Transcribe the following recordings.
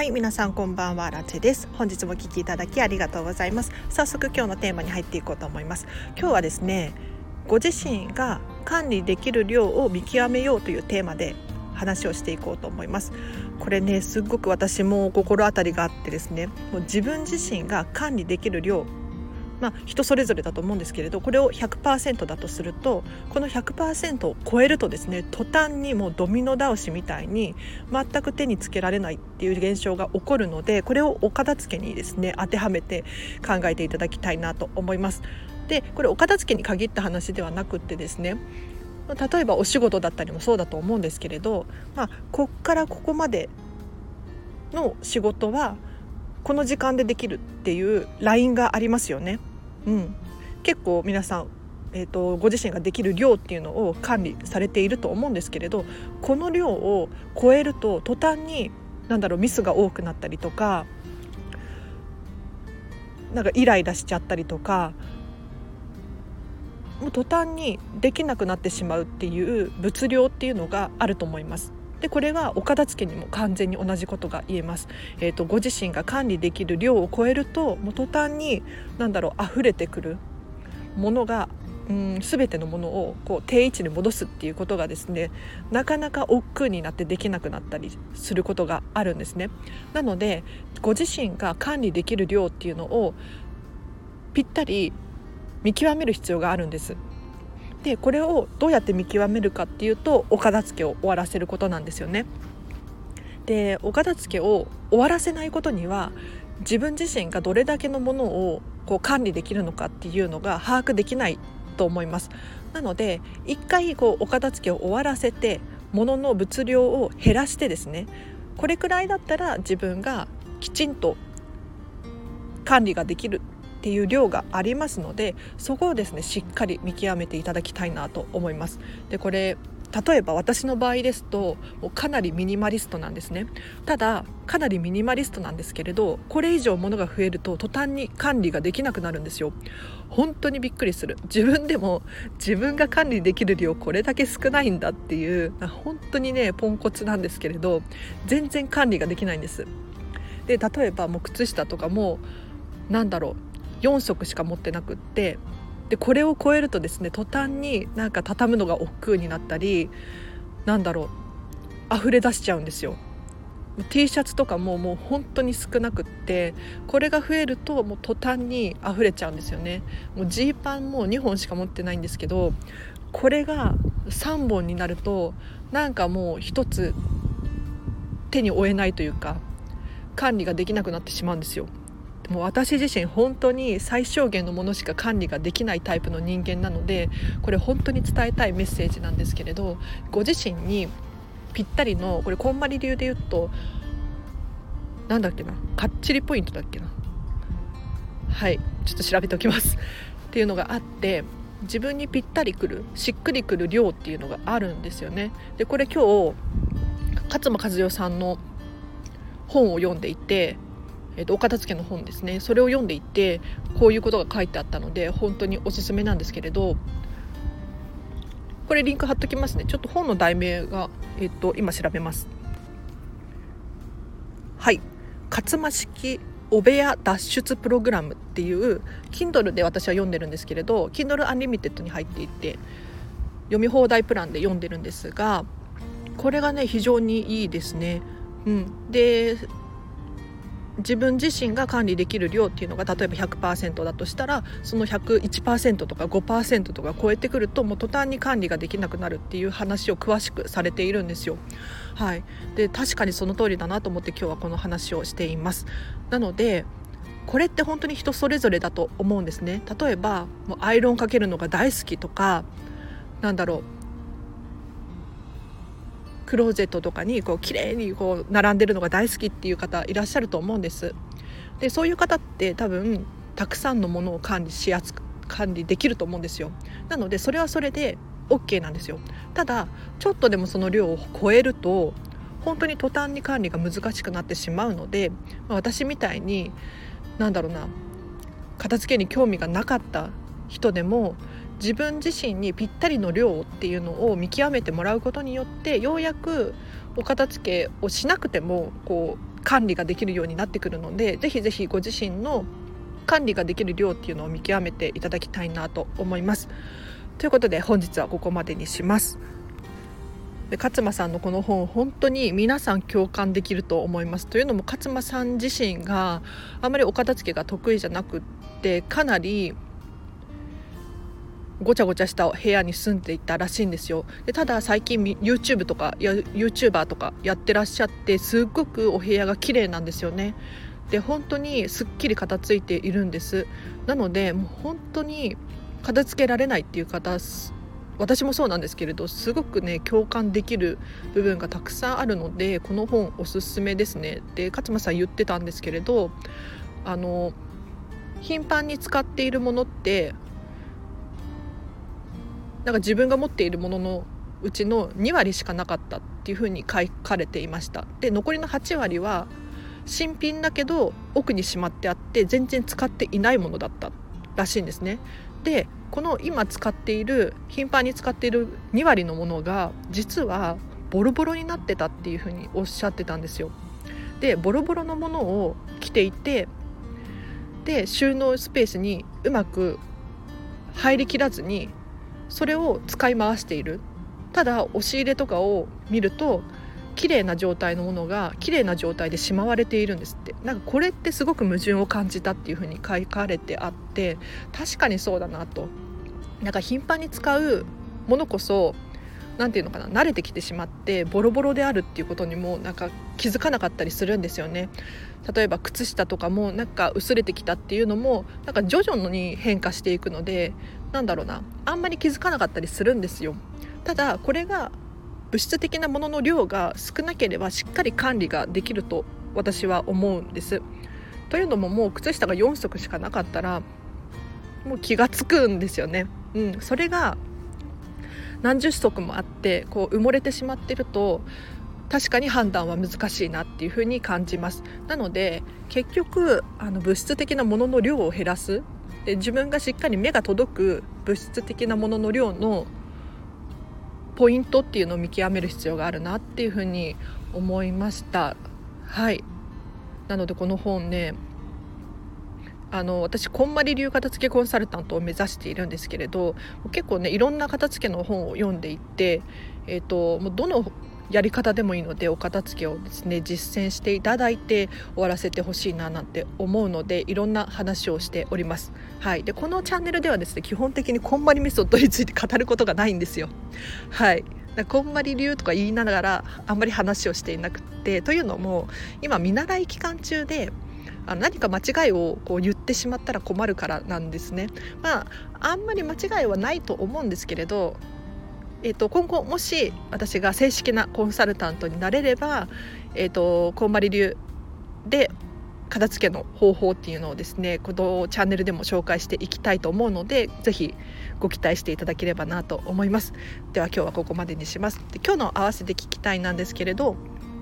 はい、皆さんこんばんは、ラチェです。本日もお聞きいただきありがとうございます。早速今日のテーマに入っていこうと思います。今日はですね、ご自身が管理できる量を見極めようというテーマで話をしていこうと思います。これね、すっごく私も心当たりがあってですね、もう自分自身が管理できる量、人それぞれだと思うんですけれど、これを 100% だとすると、この 100% を超えるとですね、途端にもうドミノ倒しみたいに全く手につけられないっていう現象が起こるので、これをお片付けにですね当てはめて考えていただきたいなと思います。で、これお片付けに限った話ではなくってですね、例えばお仕事だったりもそうだと思うんですけれど、こっからここまでの仕事はこの時間でできるっていうラインがありますよね。結構皆さん、ご自身ができる量っていうのを管理されていると思うんですけれど、この量を超えると途端にミスが多くなったりとか、イライラしちゃったりとか、もう途端にできなくなってしまうっていう物量っていうのがあると思います。で、これがお片付けにも完全に同じことが言えます。ご自身が管理できる量を超えると、もう途端に溢れてくるものが、全てのものを定位置に戻すっていうことがですね、なかなか億劫になってできなくなったりすることがあるんですね。なので、ご自身が管理できる量っていうのをぴったり見極める必要があるんです。で、これをどうやって見極めるかっていうと、お片付けを終わらせることなんですよね。で、お片付けを終わらせないことには、自分自身がどれだけのものを管理できるのかっていうのが把握できないと思います。なので、一回お片付けを終わらせて、物の物量を減らしてですね、これくらいだったら自分がきちんと管理ができるっていう量がありますので、そこをですねしっかり見極めていただきたいなと思います。で、これ例えば私の場合ですと、かなりミニマリストなんですね。ただかなりミニマリストなんですけれど、これ以上物が増えると途端に管理ができなくなるんですよ。本当にびっくりする。自分でも自分が管理できる量これだけ少ないんだっていう、本当にねポンコツなんですけれど、全然管理ができないんです。で、例えばもう靴下とかも4足しか持ってなくって、でこれを超えるとですね、途端に畳むのが億劫になったり、溢れ出しちゃうんですよ。T シャツとかももう本当に少なくって、これが増えるともう途端に溢れちゃうんですよね。もうジーパンも2本しか持ってないんですけど、これが3本になるともう一つ手に負えないというか、管理ができなくなってしまうんですよ。もう私自身本当に最小限のものしか管理ができないタイプの人間なので、これ本当に伝えたいメッセージなんですけれど、ご自身にぴったりの、これこんまり流で言うとかっちりポイントだっけな、ちょっと調べておきますっていうのがあって、自分にぴったりくる、しっくりくる量っていうのがあるんですよね。で、これ今日勝間和代さんの本を読んでいて、お片付けの本ですね、それを読んでいてこういうことが書いてあったので本当におすすめなんですけれど、これリンク貼っときますね。ちょっと本の題名が、今調べます。勝間式お部屋脱出プログラムっていう Kindle で私は読んでるんですけれど、 Kindle Unlimited に入っていて読み放題プランで読んでるんですが、これがね非常にいいですね。で、自分自身が管理できる量っていうのが例えば 100% だとしたら、その 101% とか 5% とか超えてくると、もう途端に管理ができなくなるっていう話を詳しくされているんですよ。で、確かにその通りだなと思って今日はこの話をしています。なのでこれって本当に人それぞれだと思うんですね。例えばもうアイロンかけるのが大好きとか、クローゼットとかに綺麗に並んでるのが大好きっていう方いらっしゃると思うんです。で、そういう方って多分たくさんのものを管理できると思うんですよ。なのでそれはそれで OK なんですよ。ただちょっとでもその量を超えると本当に途端に管理が難しくなってしまうので、私みたいに片付けに興味がなかった人でも自分自身にぴったりの量っていうのを見極めてもらうことによって、ようやくお片付けをしなくても管理ができるようになってくるので、ぜひぜひご自身の管理ができる量っていうのを見極めていただきたいなと思います。ということで本日はここまでにします。で勝間さんのこの本、本当に皆さん共感できると思います。というのも勝間さん自身があまりお片付けが得意じゃなくって、かなりごちゃごちゃした部屋に住んでいたらしいんですよ。でただ最近 YouTube とかYouTuber とかやってらっしゃって、すっごくお部屋が綺麗なんですよね。で本当にすっきり片付いているんです。なのでもう本当に片付けられないっていう方、私もそうなんですけれど、すごくね共感できる部分がたくさんあるので、この本おすすめですね。で勝間さん言ってたんですけれど、頻繁に使っているものってなんか自分が持っているもののうちの2割しかなかったっていうふうに書かれていました。で残りの8割は新品だけど奥にしまってあって全然使っていないものだったらしいんですね。でこの今頻繁に使っている2割のものが実はボロボロになってたっていうふうにおっしゃってたんですよ。でボロボロのものを着ていて、で収納スペースにうまく入りきらずにそれを使い回している。ただ押し入れとかを見ると綺麗な状態のものが綺麗な状態でしまわれているんですって。なんかこれってすごく矛盾を感じたっていう風に書かれてあって、確かにそうだなと。なんか頻繁に使うものこそなんていうのかな、慣れてきてしまってボロボロであるっていうことにもなんか気づかなかったりするんですよね。例えば靴下とかもなんか薄れてきたっていうのもなんか徐々に変化していくので、なんだろうな、あんまり気づかなかったりするんですよ。ただこれが物質的なものの量が少なければしっかり管理ができると私は思うんです。というのももう靴下が4足しかなかったらもう気がつくんですよね。それが何十足もあってこう埋もれてしまっていると確かに判断は難しいなっていうふうに感じます。なので結局物質的なものの量を減らす、で自分がしっかり目が届く物質的なものの量のポイントっていうのを見極める必要があるなっていうふうに思いました。はい。なのでこの本ね、私こんまり流片付けコンサルタントを目指しているんですけれど、結構ねいろんな片付けの本を読んでいって、もうどのやり方でもいいのでお片付けをですね実践していただいて終わらせてほしいななんて思うので、いろんな話をしております。はい。でこのチャンネルではですね基本的にこんまりメソッドについて語ることがないんですよ。はい。こんまり流とか言いながらあんまり話をしていなくて、というのも今見習い期間中で何か間違いをこう言ってしまったら困るからなんですね。あんまり間違いはないと思うんですけれど、今後もし私が正式なコンサルタントになれれば、こんまり流で片付けの方法っていうのをですねこのチャンネルでも紹介していきたいと思うので、ぜひご期待していただければなと思います。では今日はここまでにします。で今日の合わせて聞きたいなんですけれど、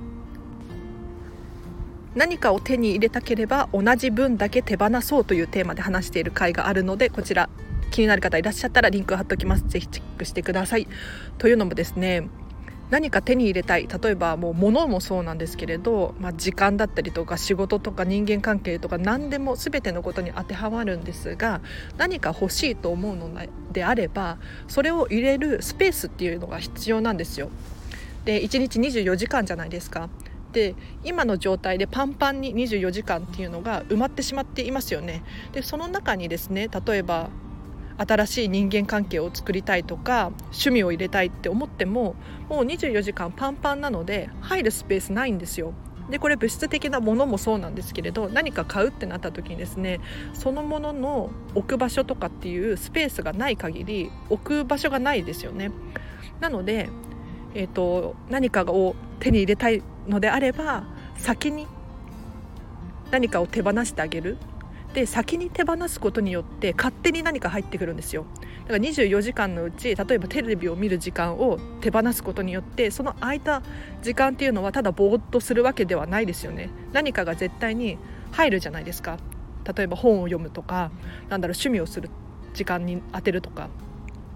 何かを手に入れたければ同じ分だけ手放そうというテーマで話している回があるので、こちら気になる方いらっしゃったらリンクを貼っておきます。ぜひチェックしてください。というのもですね、何か手に入れたい、例えばもう物もそうなんですけれど、時間だったりとか仕事とか人間関係とか何でも全てのことに当てはまるんですが、何か欲しいと思うのであればそれを入れるスペースっていうのが必要なんですよ。で1日24時間じゃないですか。で今の状態でパンパンに24時間っていうのが埋まってしまっていますよね。でその中にですね、例えば新しい人間関係を作りたいとか趣味を入れたいって思ってももう24時間パンパンなので入るスペースないんですよ。でこれ物質的なものもそうなんですけれど、何か買うってなった時にですね、そのものの置く場所とかっていうスペースがない限り置く場所がないですよね。なので、何かを手に入れたいのであれば先に何かを手放してあげる。で先に手放すことによって勝手に何か入ってくるんですよ。だから24時間のうち例えばテレビを見る時間を手放すことによってその空いた時間っていうのはただぼーっとするわけではないですよね。何かが絶対に入るじゃないですか。例えば本を読むとか趣味をする時間に当てるとか、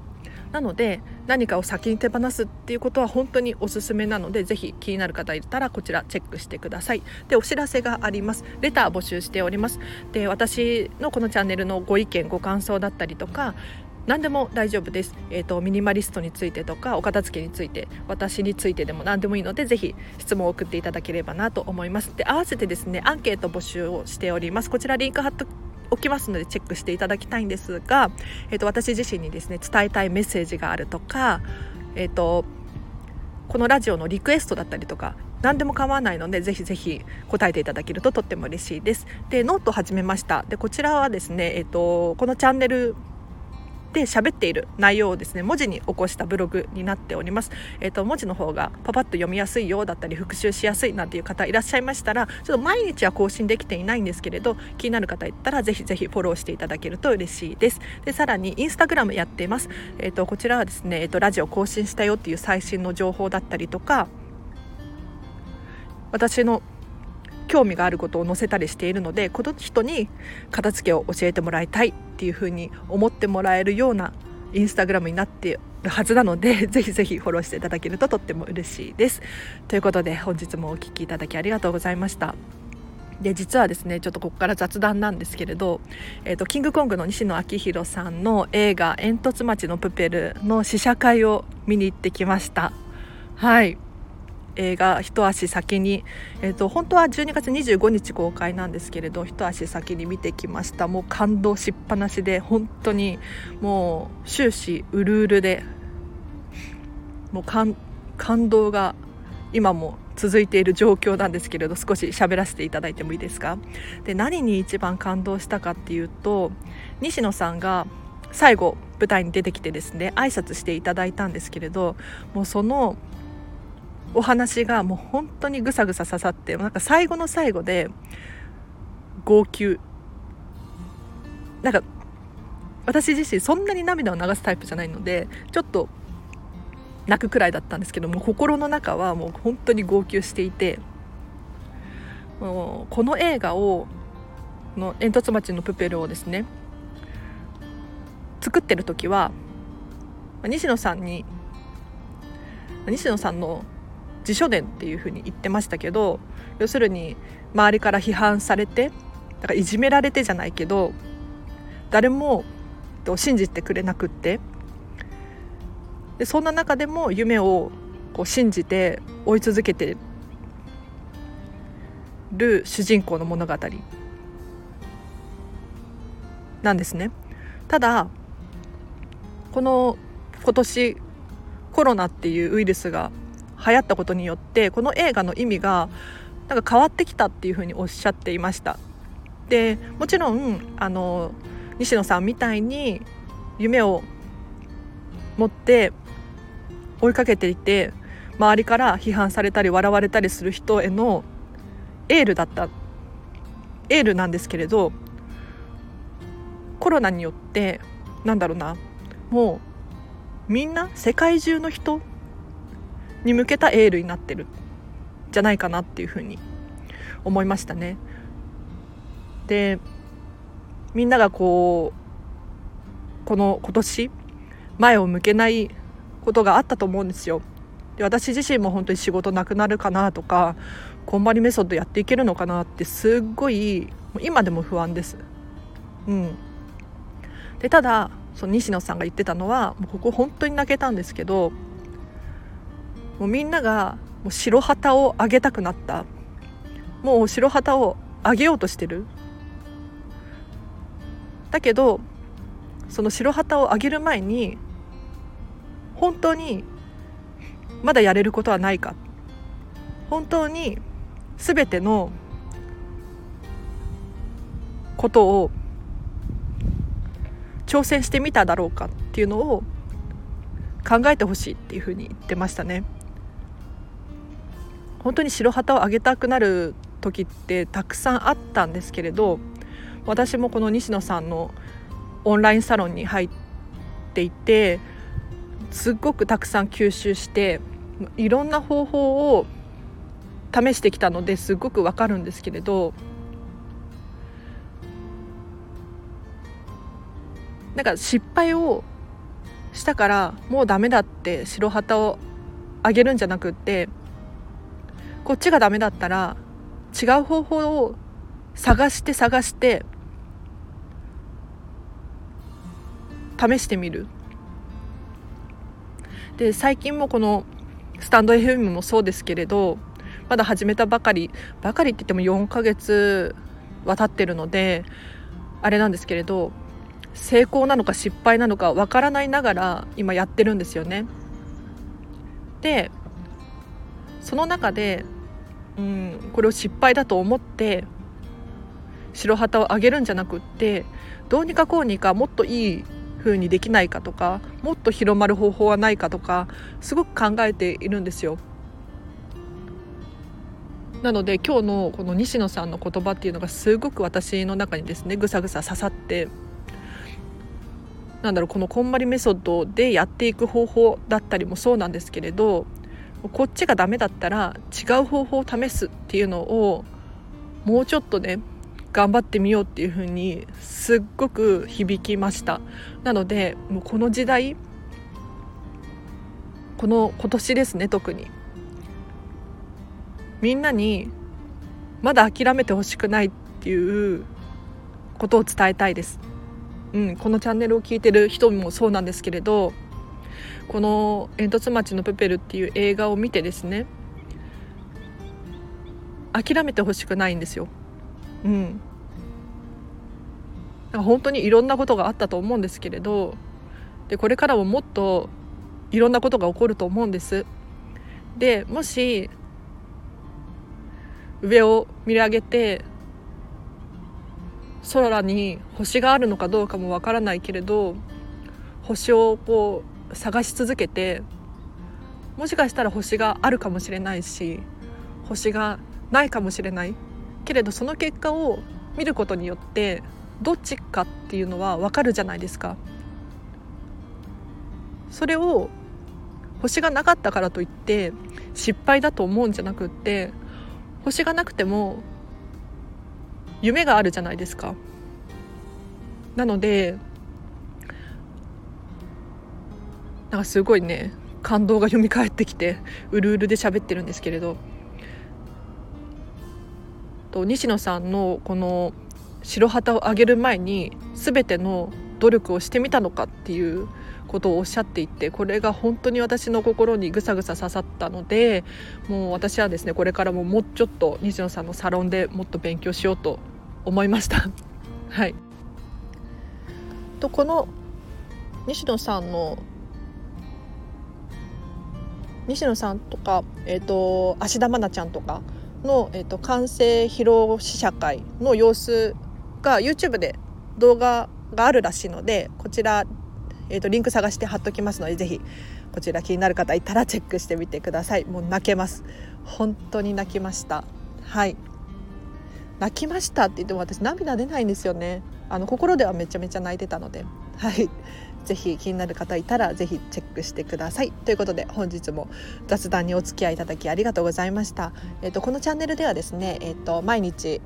なので何かを先に手放すっていうことは本当におすすめなので、ぜひ気になる方いたらこちらチェックしてください。で、お知らせがあります。レター募集しております。で、私のこのチャンネルのご意見ご感想だったりとか何でも大丈夫です。ミニマリストについてとかお片付けについて、私についてでも何でもいいので、ぜひ質問を送っていただければなと思います。で、合わせてですね、アンケート募集をしております。こちらリンク貼っておきますのでチェックしていただきたいんですが、私自身にですね伝えたいメッセージがあるとか、このラジオのリクエストだったりとか何でも構わないので、ぜひぜひ答えていただけるととっても嬉しいです。で、ノートを始めました。で、こちらはですね、このチャンネルで喋っている内容をですね文字に起こしたブログになっております。文字の方がパパッと読みやすいよだったり復習しやすいなんていう方いらっしゃいましたら、ちょっと毎日は更新できていないんですけれど、気になる方いたらぜひぜひフォローしていただけると嬉しいです。で、さらにインスタグラムやっています。こちらはですね、ラジオ更新したよっていう最新の情報だったりとか、私の興味があることを載せたりしているので、この人に片付けを教えてもらいたいっていうふうに思ってもらえるようなインスタグラムになっているはずなので、ぜひぜひフォローしていただけるととっても嬉しいです。ということで本日もお聞きいただきありがとうございました。で、実はですね、ちょっとここから雑談なんですけれど、キングコングの西野昭弘さんの映画煙突町のプペルの試写会を見に行ってきました。はい、映画一足先に、本当は12月25日公開なんですけれど、一足先に見てきました。もう感動しっぱなしで、本当にもう終始うるうるで、もう感動が今も続いている状況なんですけれど、少し喋らせていただいてもいいですか。で、何に一番感動したかっていうと、西野さんが最後舞台に出てきてですね挨拶していただいたんですけれど、もうそのお話がもう本当にぐさぐさ刺さって、なんか最後の最後で号泣、なんか私自身そんなに涙を流すタイプじゃないのでちょっと泣くくらいだったんですけども、心の中はもう本当に号泣していて、もうこの映画をの煙突町のプペルをですね作ってる時は西野さんの自叙伝っていう風に言ってましたけど、要するに周りから批判されて、だからいじめられてじゃないけど誰も信じてくれなくって、でそんな中でも夢をこう信じて追い続けてる主人公の物語なんですね。ただ今年コロナっていうウイルスが流行ったことによって、この映画の意味がなんか変わってきたっていうふうにおっしゃっていました。で、もちろん西野さんみたいに夢を持って追いかけていて周りから批判されたり笑われたりする人へのエールなんですけれど、コロナによってもうみんな世界中の人に向けたエールになってるんじゃないかなっていうふうに思いましたね。で、みんなが今年前を向けないことがあったと思うんですよ。で、私自身も本当に仕事なくなるかなとか、こんまりメソッドやっていけるのかなってすっごい今でも不安です。で、ただその西野さんが言ってたのは、もうここ本当に泣けたんですけど、もうみんながもう白旗を上げたくなった、もう白旗を上げようとしてる。だけどその白旗を上げる前に本当にまだやれることはないか、本当に全てのことを挑戦してみただろうかっていうのを考えてほしいっていうふうに言ってましたね。本当に白旗を上げたくなる時ってたくさんあったんですけれど、私もこの西野さんのオンラインサロンに入っていてすっごくたくさん吸収していろんな方法を試してきたのですごくわかるんですけれど、なんか失敗をしたからもうダメだって白旗をあげるんじゃなくって、こっちがダメだったら違う方法を探して試してみる。で、最近もこのスタンド FM もそうですけれど、まだ始めたばかりって言っても4ヶ月は経ってるのであれなんですけれど、成功なのか失敗なのかわからないながら今やってるんですよね。で、その中でこれを失敗だと思って白旗をあげるんじゃなくって、どうにかこうにかもっといい風にできないかとか、もっと広まる方法はないかとかすごく考えているんですよ。なので今日のこの西野さんの言葉っていうのがすごく私の中にですねぐさぐさ刺さって、このこんまりメソッドでやっていく方法だったりもそうなんですけれど、こっちがダメだったら違う方法を試すっていうのをもうちょっとね頑張ってみようっていう風にすっごく響きました。なのでもうこの時代、今年ですね、特にみんなにまだ諦めてほしくないっていうことを伝えたいです。このチャンネルを聞いてる人もそうなんですけれど、この煙突町のプペルっていう映画を見てですね、諦めてほしくないんですよ。本当にいろんなことがあったと思うんですけれど、でこれからももっといろんなことが起こると思うんです。でもし上を見上げて空に星があるのかどうかもわからないけれど、星をこう探し続けて、もしかしたら星があるかもしれないし星がないかもしれないけれど、その結果を見ることによってどっちかっていうのはわかるじゃないですか。それを星がなかったからといって失敗だと思うんじゃなくって、星がなくても夢があるじゃないですか。なのですごいね感動が蘇ってきてうるうるで喋ってるんですけれど、西野さんのこの白旗をあげる前に全ての努力をしてみたのかっていうことをおっしゃっていて、これが本当に私の心にぐさぐさ刺さったので、もう私はですねこれからももうちょっと西野さんのサロンでもっと勉強しようと思いましたはい。この西野さんとか、芦田愛菜ちゃんとかの、完成披露試写会の様子が YouTube で動画があるらしいので、こちら、リンク探して貼っときますので、ぜひこちら気になる方いたらチェックしてみてください。もう泣けます。本当に泣きました。はい、泣きましたって言っても私涙出ないんですよね。心ではめちゃめちゃ泣いてたので、はい、ぜひ気になる方いたらぜひチェックしてください。ということで本日も雑談にお付き合いいただきありがとうございました。このチャンネルではですね、毎日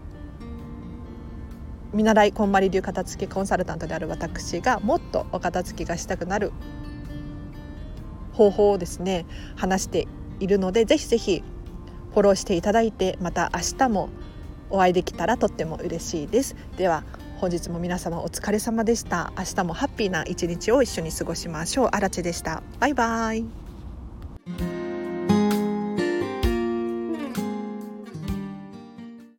見習いこんまり流片付けコンサルタントである私がもっとお片付けがしたくなる方法をですね話しているので、ぜひぜひフォローしていただいて、また明日もお会いできたらとっても嬉しいです。では本日も皆様お疲れ様でした。明日もハッピーな一日を一緒に過ごしましょう。あらちでした。バイバイ。